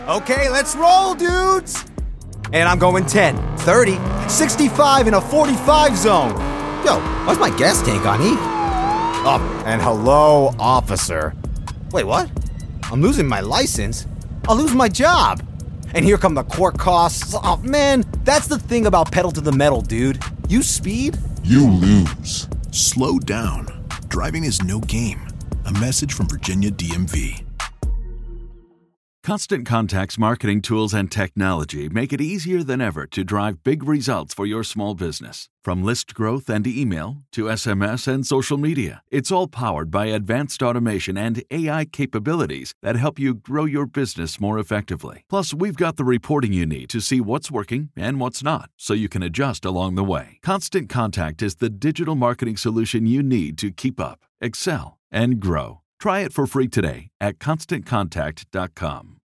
Okay, let's roll, dudes! And I'm going 10, 30, 65 in a 45 zone. Yo, why's my gas tank on E? Oh, and hello, officer. Wait, what? I'm losing my license? I'll lose my job. And here come the court costs. Oh, man, that's the thing about pedal to the metal, dude. You speed, you lose. Slow down. Driving is no game. A message from Virginia DMV. Constant Contact's marketing tools and technology make it easier than ever to drive big results for your small business. From list growth and email to SMS and social media, it's all powered by advanced automation and AI capabilities that help you grow your business more effectively. Plus, we've got the reporting you need to see what's working and what's not, so you can adjust along the way. Constant Contact is the digital marketing solution you need to keep up, excel, and grow. Try it for free today at ConstantContact.com.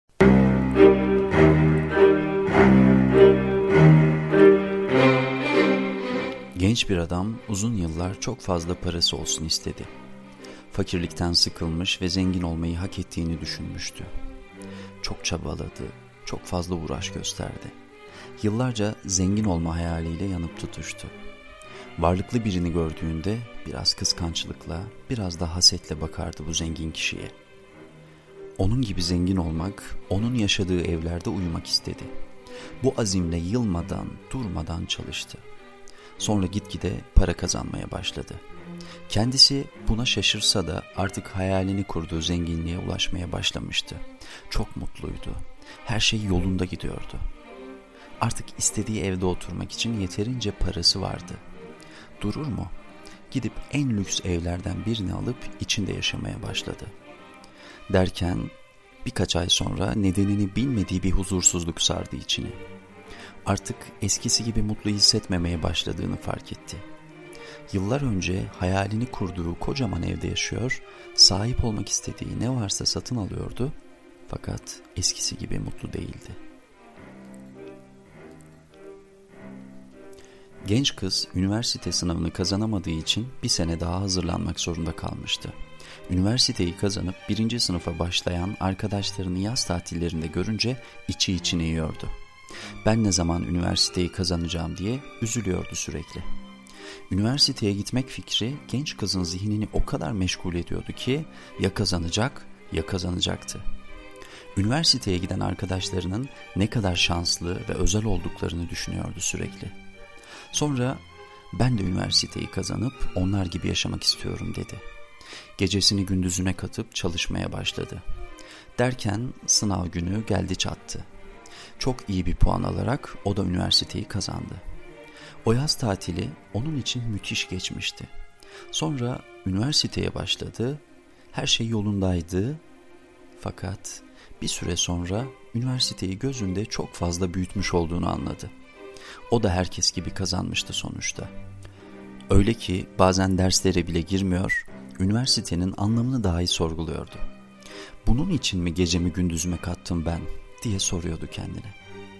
Genç bir adam uzun yıllar çok fazla parası olsun istedi. Fakirlikten sıkılmış ve zengin olmayı hak ettiğini düşünmüştü. Çok çabaladı, çok fazla uğraş gösterdi. Yıllarca zengin olma hayaliyle yanıp tutuştu. Varlıklı birini gördüğünde biraz kıskançlıkla, biraz da hasetle bakardı bu zengin kişiye. Onun gibi zengin olmak, onun yaşadığı evlerde uyumak istedi. Bu azimle yılmadan, durmadan çalıştı. Sonra gitgide para kazanmaya başladı. Kendisi buna şaşırsa da artık hayalini kurduğu zenginliğe ulaşmaya başlamıştı. Çok mutluydu. Her şey yolunda gidiyordu. Artık istediği evde oturmak için yeterince parası vardı. Durur mu? Gidip en lüks evlerden birini alıp içinde yaşamaya başladı. Derken birkaç ay sonra nedenini bilmediği bir huzursuzluk sardı içini. Artık eskisi gibi mutlu hissetmemeye başladığını fark etti. Yıllar önce hayalini kurduğu kocaman evde yaşıyor, sahip olmak istediği ne varsa satın alıyordu, fakat eskisi gibi mutlu değildi. Genç kız üniversite sınavını kazanamadığı için bir sene daha hazırlanmak zorunda kalmıştı. Üniversiteyi kazanıp 1. sınıfa başlayan arkadaşlarını yaz tatillerinde görünce içi içine yiyordu. Ben ne zaman üniversiteyi kazanacağım diye üzülüyordu sürekli. Üniversiteye gitmek fikri genç kızın zihnini o kadar meşgul ediyordu ki ya kazanacak ya kazanacaktı. Üniversiteye giden arkadaşlarının ne kadar şanslı ve özel olduklarını düşünüyordu sürekli. Sonra ben de üniversiteyi kazanıp onlar gibi yaşamak istiyorum dedi. Gecesini gündüzüne katıp çalışmaya başladı. Derken sınav günü geldi çattı. Çok iyi bir puan alarak o da üniversiteyi kazandı. O yaz tatili onun için müthiş geçmişti. Sonra üniversiteye başladı, her şey yolundaydı. Fakat bir süre sonra üniversiteyi gözünde çok fazla büyütmüş olduğunu anladı. O da herkes gibi kazanmıştı sonuçta. Öyle ki bazen derslere bile girmiyor, üniversitenin anlamını dahi sorguluyordu. Bunun için mi gecemi gündüzüme kattım ben diye soruyordu kendine.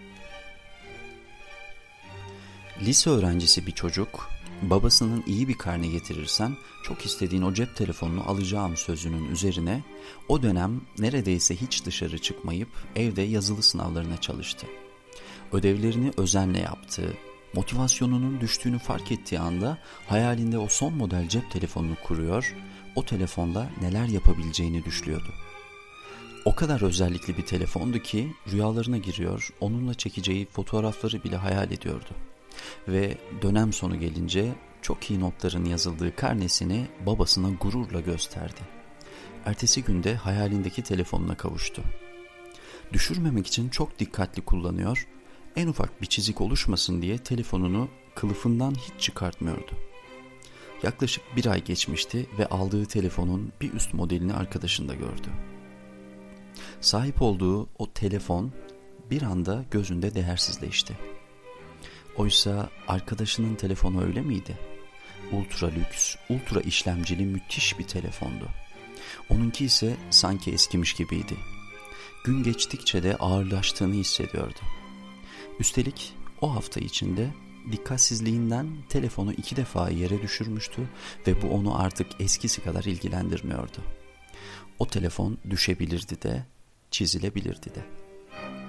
Lise öğrencisi bir çocuk, babasının iyi bir karne getirirsen çok istediğin o cep telefonunu alacağım sözünün üzerine o dönem neredeyse hiç dışarı çıkmayıp evde yazılı sınavlarına çalıştı. Ödevlerini özenle yaptı. Motivasyonunun düştüğünü fark ettiği anda hayalinde o son model cep telefonunu kuruyor, o telefonla neler yapabileceğini düşlüyordu. O kadar özellikli bir telefondu ki rüyalarına giriyor, onunla çekeceği fotoğrafları bile hayal ediyordu. Ve dönem sonu gelince çok iyi notların yazıldığı karnesini babasına gururla gösterdi. Ertesi günde hayalindeki telefonuna kavuştu. Düşürmemek için çok dikkatli kullanıyor, en ufak bir çizik oluşmasın diye telefonunu kılıfından hiç çıkartmıyordu. Yaklaşık 1 ay geçmişti ve aldığı telefonun bir üst modelini arkadaşında gördü. Sahip olduğu o telefon bir anda gözünde değersizleşti. Oysa arkadaşının telefonu öyle miydi? Ultra lüks, ultra işlemcili müthiş bir telefondu. Onunki ise sanki eskimiş gibiydi. Gün geçtikçe de ağırlaştığını hissediyordu. Üstelik o hafta içinde dikkatsizliğinden telefonu 2 defa yere düşürmüştü ve bu onu artık eskisi kadar ilgilendirmiyordu. O telefon düşebilirdi de, çizilebilirdi de.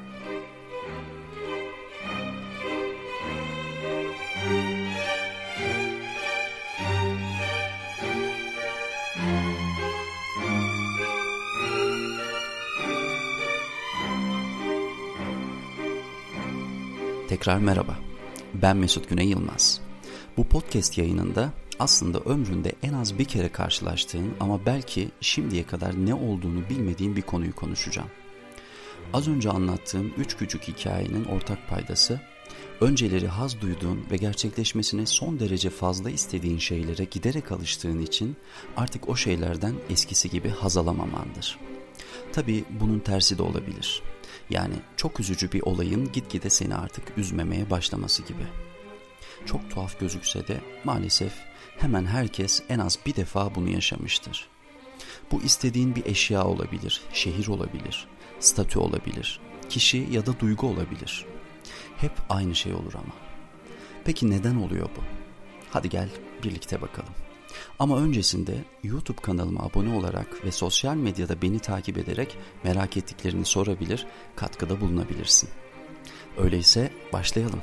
Tekrar merhaba, ben Mesut Güney Yılmaz. Bu podcast yayınında aslında ömründe en az bir kere karşılaştığın ama belki şimdiye kadar ne olduğunu bilmediğin bir konuyu konuşacağım. Az önce anlattığım 3 küçük hikayenin ortak paydası, önceleri haz duyduğun ve gerçekleşmesini son derece fazla istediğin şeylere giderek alıştığın için artık o şeylerden eskisi gibi haz alamamandır. Tabii bunun tersi de olabilir. Yani çok üzücü bir olayın gitgide seni artık üzmemeye başlaması gibi. Çok tuhaf gözükse de maalesef hemen herkes en az bir defa bunu yaşamıştır. Bu istediğin bir eşya olabilir, şehir olabilir, statü olabilir, kişi ya da duygu olabilir. Hep aynı şey olur ama. Peki neden oluyor bu? Hadi gel birlikte bakalım. Ama öncesinde YouTube kanalıma abone olarak ve sosyal medyada beni takip ederek merak ettiklerini sorabilir, katkıda bulunabilirsin. Öyleyse başlayalım.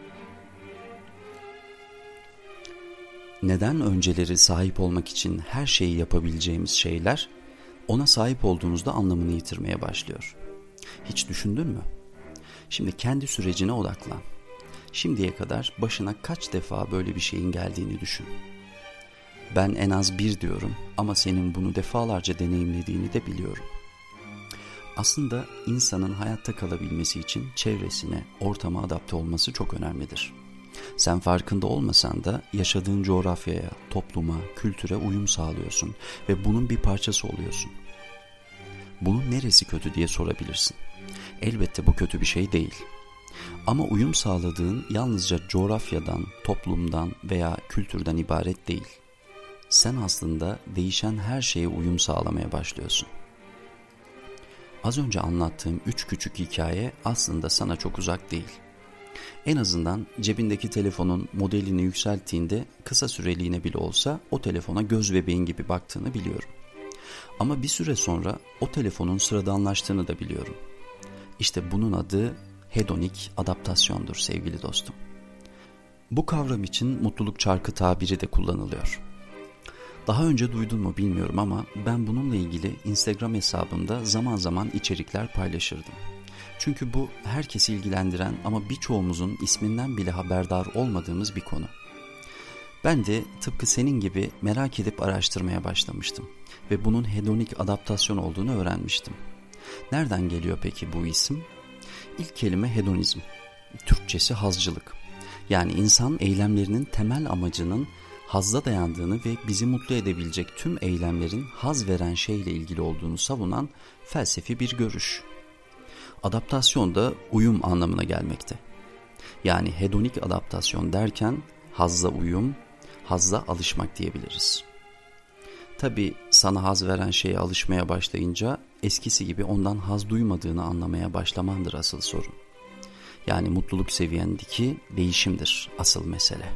Neden önceleri sahip olmak için her şeyi yapabileceğimiz şeyler, ona sahip olduğumuzda anlamını yitirmeye başlıyor? Hiç düşündün mü? Şimdi kendi sürecine odaklan. Şimdiye kadar başına kaç defa böyle bir şeyin geldiğini düşün. Ben en az bir diyorum ama senin bunu defalarca deneyimlediğini de biliyorum. Aslında insanın hayatta kalabilmesi için çevresine, ortama adapte olması çok önemlidir. Sen farkında olmasan da yaşadığın coğrafyaya, topluma, kültüre uyum sağlıyorsun ve bunun bir parçası oluyorsun. Bunun neresi kötü diye sorabilirsin. Elbette bu kötü bir şey değil. Ama uyum sağladığın yalnızca coğrafyadan, toplumdan veya kültürden ibaret değil. Sen aslında değişen her şeye uyum sağlamaya başlıyorsun. Az önce anlattığım 3 küçük hikaye aslında sana çok uzak değil. En azından cebindeki telefonun modelini yükselttiğinde kısa süreliğine bile olsa o telefona göz bebeğin gibi baktığını biliyorum. Ama bir süre sonra o telefonun sıradanlaştığını da biliyorum. İşte bunun adı hedonik adaptasyondur sevgili dostum. Bu kavram için mutluluk çarkı tabiri de kullanılıyor. Daha önce duydun mu bilmiyorum ama ben bununla ilgili Instagram hesabımda zaman zaman içerikler paylaşırdım. Çünkü bu herkesi ilgilendiren ama birçoğumuzun isminden bile haberdar olmadığımız bir konu. Ben de tıpkı senin gibi merak edip araştırmaya başlamıştım ve bunun hedonik adaptasyon olduğunu öğrenmiştim. Nereden geliyor peki bu isim? İlk kelime hedonizm, Türkçesi hazcılık. Yani insan eylemlerinin temel amacının hazza dayandığını ve bizi mutlu edebilecek tüm eylemlerin haz veren şeyle ilgili olduğunu savunan felsefi bir görüş. Adaptasyon da uyum anlamına gelmekte. Yani hedonik adaptasyon derken hazza uyum, hazza alışmak diyebiliriz. Tabii sana haz veren şeye alışmaya başlayınca eskisi gibi ondan haz duymadığını anlamaya başlamandır asıl sorun. Yani mutluluk seviyendeki değişimdir asıl mesele.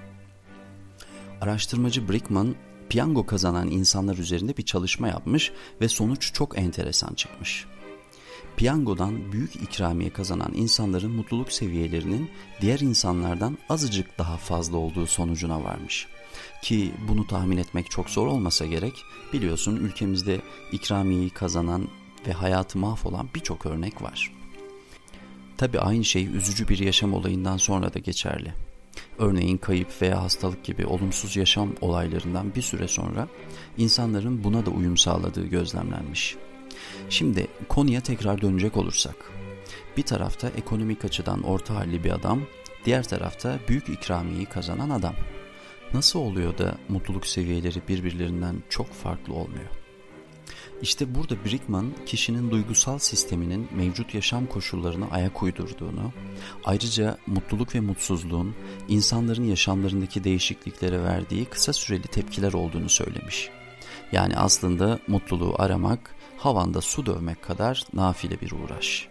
Araştırmacı Brickman, piyango kazanan insanlar üzerinde bir çalışma yapmış ve sonuç çok enteresan çıkmış. Piyangodan büyük ikramiye kazanan insanların mutluluk seviyelerinin diğer insanlardan azıcık daha fazla olduğu sonucuna varmış. Ki bunu tahmin etmek çok zor olmasa gerek, biliyorsun ülkemizde ikramiyeyi kazanan ve hayatı mahvolan birçok örnek var. Tabii aynı şey üzücü bir yaşam olayından sonra da geçerli. Örneğin kayıp veya hastalık gibi olumsuz yaşam olaylarından bir süre sonra insanların buna da uyum sağladığı gözlemlenmiş. Şimdi konuya tekrar dönecek olursak, bir tarafta ekonomik açıdan orta halli bir adam, diğer tarafta büyük ikramiyeyi kazanan adam. Nasıl oluyor da mutluluk seviyeleri birbirlerinden çok farklı olmuyor? İşte burada Brickman kişinin duygusal sisteminin mevcut yaşam koşullarına ayak uydurduğunu, ayrıca mutluluk ve mutsuzluğun insanların yaşamlarındaki değişikliklere verdiği kısa süreli tepkiler olduğunu söylemiş. Yani aslında mutluluğu aramak, havanda su dövmek kadar nafile bir uğraş.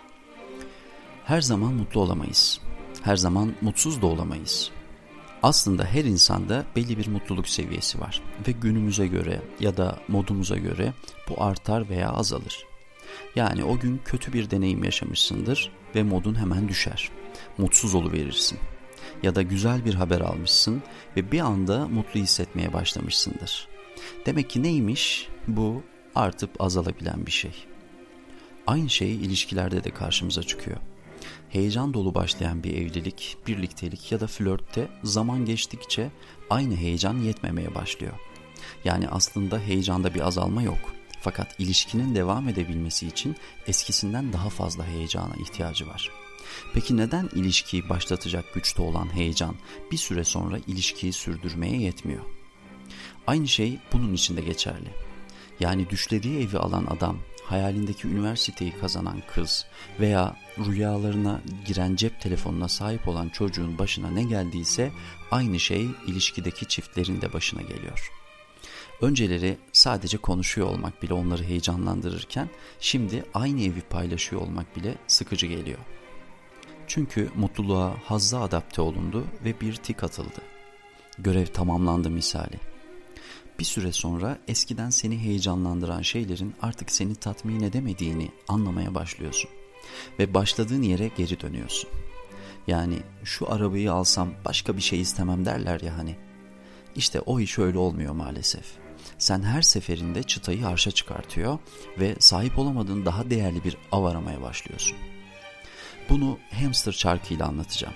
Her zaman mutlu olamayız. Her zaman mutsuz da olamayız. Aslında her insanda belli bir mutluluk seviyesi var ve günümüze göre ya da modumuza göre bu artar veya azalır. Yani o gün kötü bir deneyim yaşamışsındır ve modun hemen düşer. Mutsuz oluverirsin. Ya da güzel bir haber almışsın ve bir anda mutlu hissetmeye başlamışsındır. Demek ki neymiş? Bu artıp azalabilen bir şey. Aynı şey ilişkilerde de karşımıza çıkıyor. Heyecan dolu başlayan bir evlilik, birliktelik ya da flörtte zaman geçtikçe aynı heyecan yetmemeye başlıyor. Yani aslında heyecanda bir azalma yok. Fakat ilişkinin devam edebilmesi için eskisinden daha fazla heyecana ihtiyacı var. Peki neden ilişkiyi başlatacak güçte olan heyecan bir süre sonra ilişkiyi sürdürmeye yetmiyor? Aynı şey bunun için de geçerli. Yani düşlediği evi alan adam, hayalindeki üniversiteyi kazanan kız veya rüyalarına giren cep telefonuna sahip olan çocuğun başına ne geldiyse aynı şey ilişkideki çiftlerin de başına geliyor. Önceleri sadece konuşuyor olmak bile onları heyecanlandırırken şimdi aynı evi paylaşıyor olmak bile sıkıcı geliyor. Çünkü mutluluğa, hazza adapte olundu ve bir tik atıldı. Görev tamamlandı misali. Bir süre sonra eskiden seni heyecanlandıran şeylerin artık seni tatmin edemediğini anlamaya başlıyorsun. Ve başladığın yere geri dönüyorsun. Yani şu arabayı alsam başka bir şey istemem derler ya hani. İşte o iş öyle olmuyor maalesef. Sen her seferinde çıtayı arşa çıkartıyor ve sahip olamadığın daha değerli bir av aramaya başlıyorsun. Bunu hamster çarkıyla anlatacağım.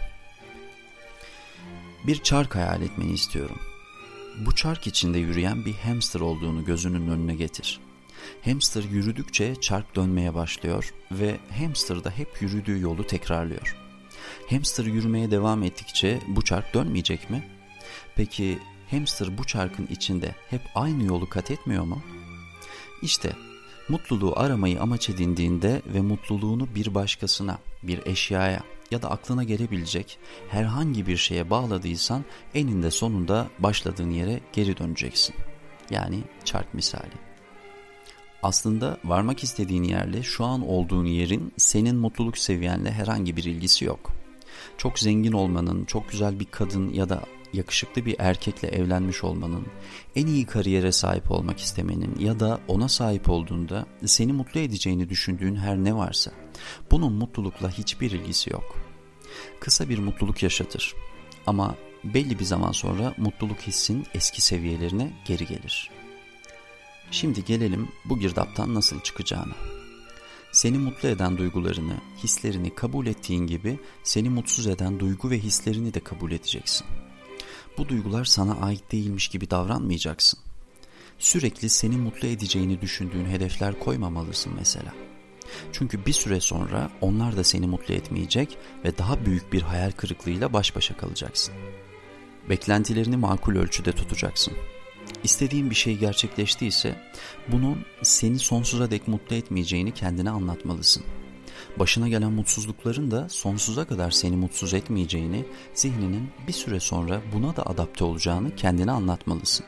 Bir çark hayal etmeni istiyorum. Bu çark içinde yürüyen bir hamster olduğunu gözünün önüne getir. Hamster yürüdükçe çark dönmeye başlıyor ve hamster da hep yürüdüğü yolu tekrarlıyor. Hamster yürümeye devam ettikçe bu çark dönmeyecek mi? Peki hamster bu çarkın içinde hep aynı yolu kat etmiyor mu? İşte mutluluğu aramayı amaç edindiğinde ve mutluluğunu bir başkasına, bir eşyaya ya da aklına gelebilecek herhangi bir şeye bağladıysan eninde sonunda başladığın yere geri döneceksin. Yani çark misali. Aslında varmak istediğin yerle şu an olduğun yerin senin mutluluk seviyenle herhangi bir ilgisi yok. Çok zengin olmanın, çok güzel bir kadın ya da yakışıklı bir erkekle evlenmiş olmanın, en iyi kariyere sahip olmak istemenin ya da ona sahip olduğunda seni mutlu edeceğini düşündüğün her ne varsa bunun mutlulukla hiçbir ilgisi yok. Kısa bir mutluluk yaşatır ama belli bir zaman sonra mutluluk hissin eski seviyelerine geri gelir. Şimdi gelelim bu girdaptan nasıl çıkacağına. Seni mutlu eden duygularını, hislerini kabul ettiğin gibi seni mutsuz eden duygu ve hislerini de kabul edeceksin. Bu duygular sana ait değilmiş gibi davranmayacaksın. Sürekli seni mutlu edeceğini düşündüğün hedefler koymamalısın mesela. Çünkü bir süre sonra onlar da seni mutlu etmeyecek ve daha büyük bir hayal kırıklığıyla baş başa kalacaksın. Beklentilerini makul ölçüde tutacaksın. İstediğin bir şey gerçekleştiyse bunun seni sonsuza dek mutlu etmeyeceğini kendine anlatmalısın. Başına gelen mutsuzlukların da sonsuza kadar seni mutsuz etmeyeceğini, zihninin bir süre sonra buna da adapte olacağını kendine anlatmalısın.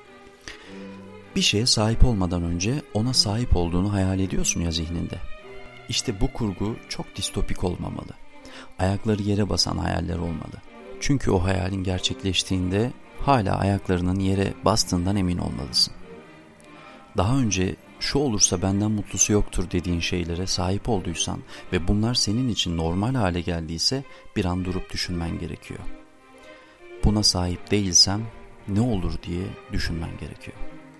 Bir şeye sahip olmadan önce ona sahip olduğunu hayal ediyorsun ya zihninde. İşte bu kurgu çok distopik olmamalı. Ayakları yere basan hayaller olmalı. Çünkü o hayalin gerçekleştiğinde hala ayaklarının yere bastığından emin olmalısın. Daha önce şu olursa benden mutlusu yoktur dediğin şeylere sahip olduysan ve bunlar senin için normal hale geldiyse bir an durup düşünmen gerekiyor. Buna sahip değilsem ne olur diye düşünmen gerekiyor.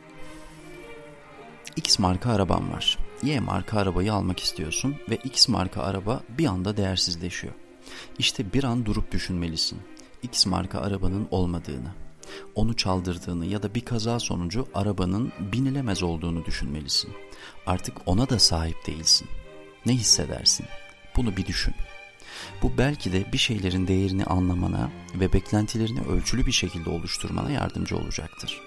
X marka araban var. Y marka arabayı almak istiyorsun ve X marka araba bir anda değersizleşiyor. İşte bir an durup düşünmelisin. X marka arabanın olmadığını, onu çaldırdığını ya da bir kaza sonucu arabanın binilemez olduğunu düşünmelisin. Artık ona da sahip değilsin. Ne hissedersin? Bunu bir düşün. Bu belki de bir şeylerin değerini anlamana ve beklentilerini ölçülü bir şekilde oluşturmana yardımcı olacaktır.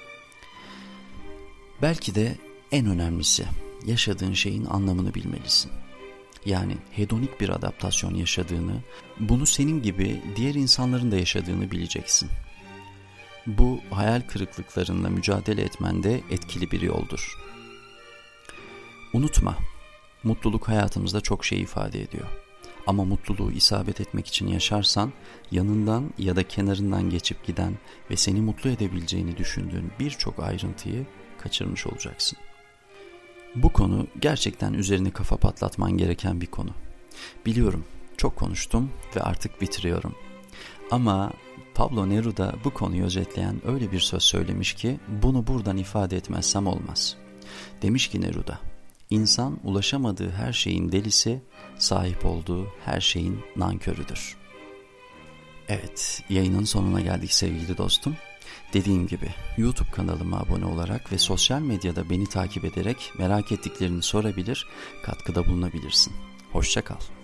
Belki de en önemlisi yaşadığın şeyin anlamını bilmelisin. Yani hedonik bir adaptasyon yaşadığını, bunu senin gibi diğer insanların da yaşadığını bileceksin. Bu hayal kırıklıklarınla mücadele etmende etkili bir yoldur. Unutma, mutluluk hayatımızda çok şey ifade ediyor. Ama mutluluğu isabet etmek için yaşarsan, yanından ya da kenarından geçip giden ve seni mutlu edebileceğini düşündüğün birçok ayrıntıyı kaçırmış olacaksın. Bu konu gerçekten üzerine kafa patlatman gereken bir konu. Biliyorum, çok konuştum ve artık bitiriyorum. Ama Pablo Neruda bu konuyu özetleyen öyle bir söz söylemiş ki bunu buradan ifade etmezsem olmaz. Demiş ki Neruda, İnsan ulaşamadığı her şeyin delisi, sahip olduğu her şeyin nankörüdür. Evet, yayının sonuna geldik sevgili dostum. Dediğim gibi YouTube kanalıma abone olarak ve sosyal medyada beni takip ederek merak ettiklerini sorabilir, katkıda bulunabilirsin. Hoşça kal.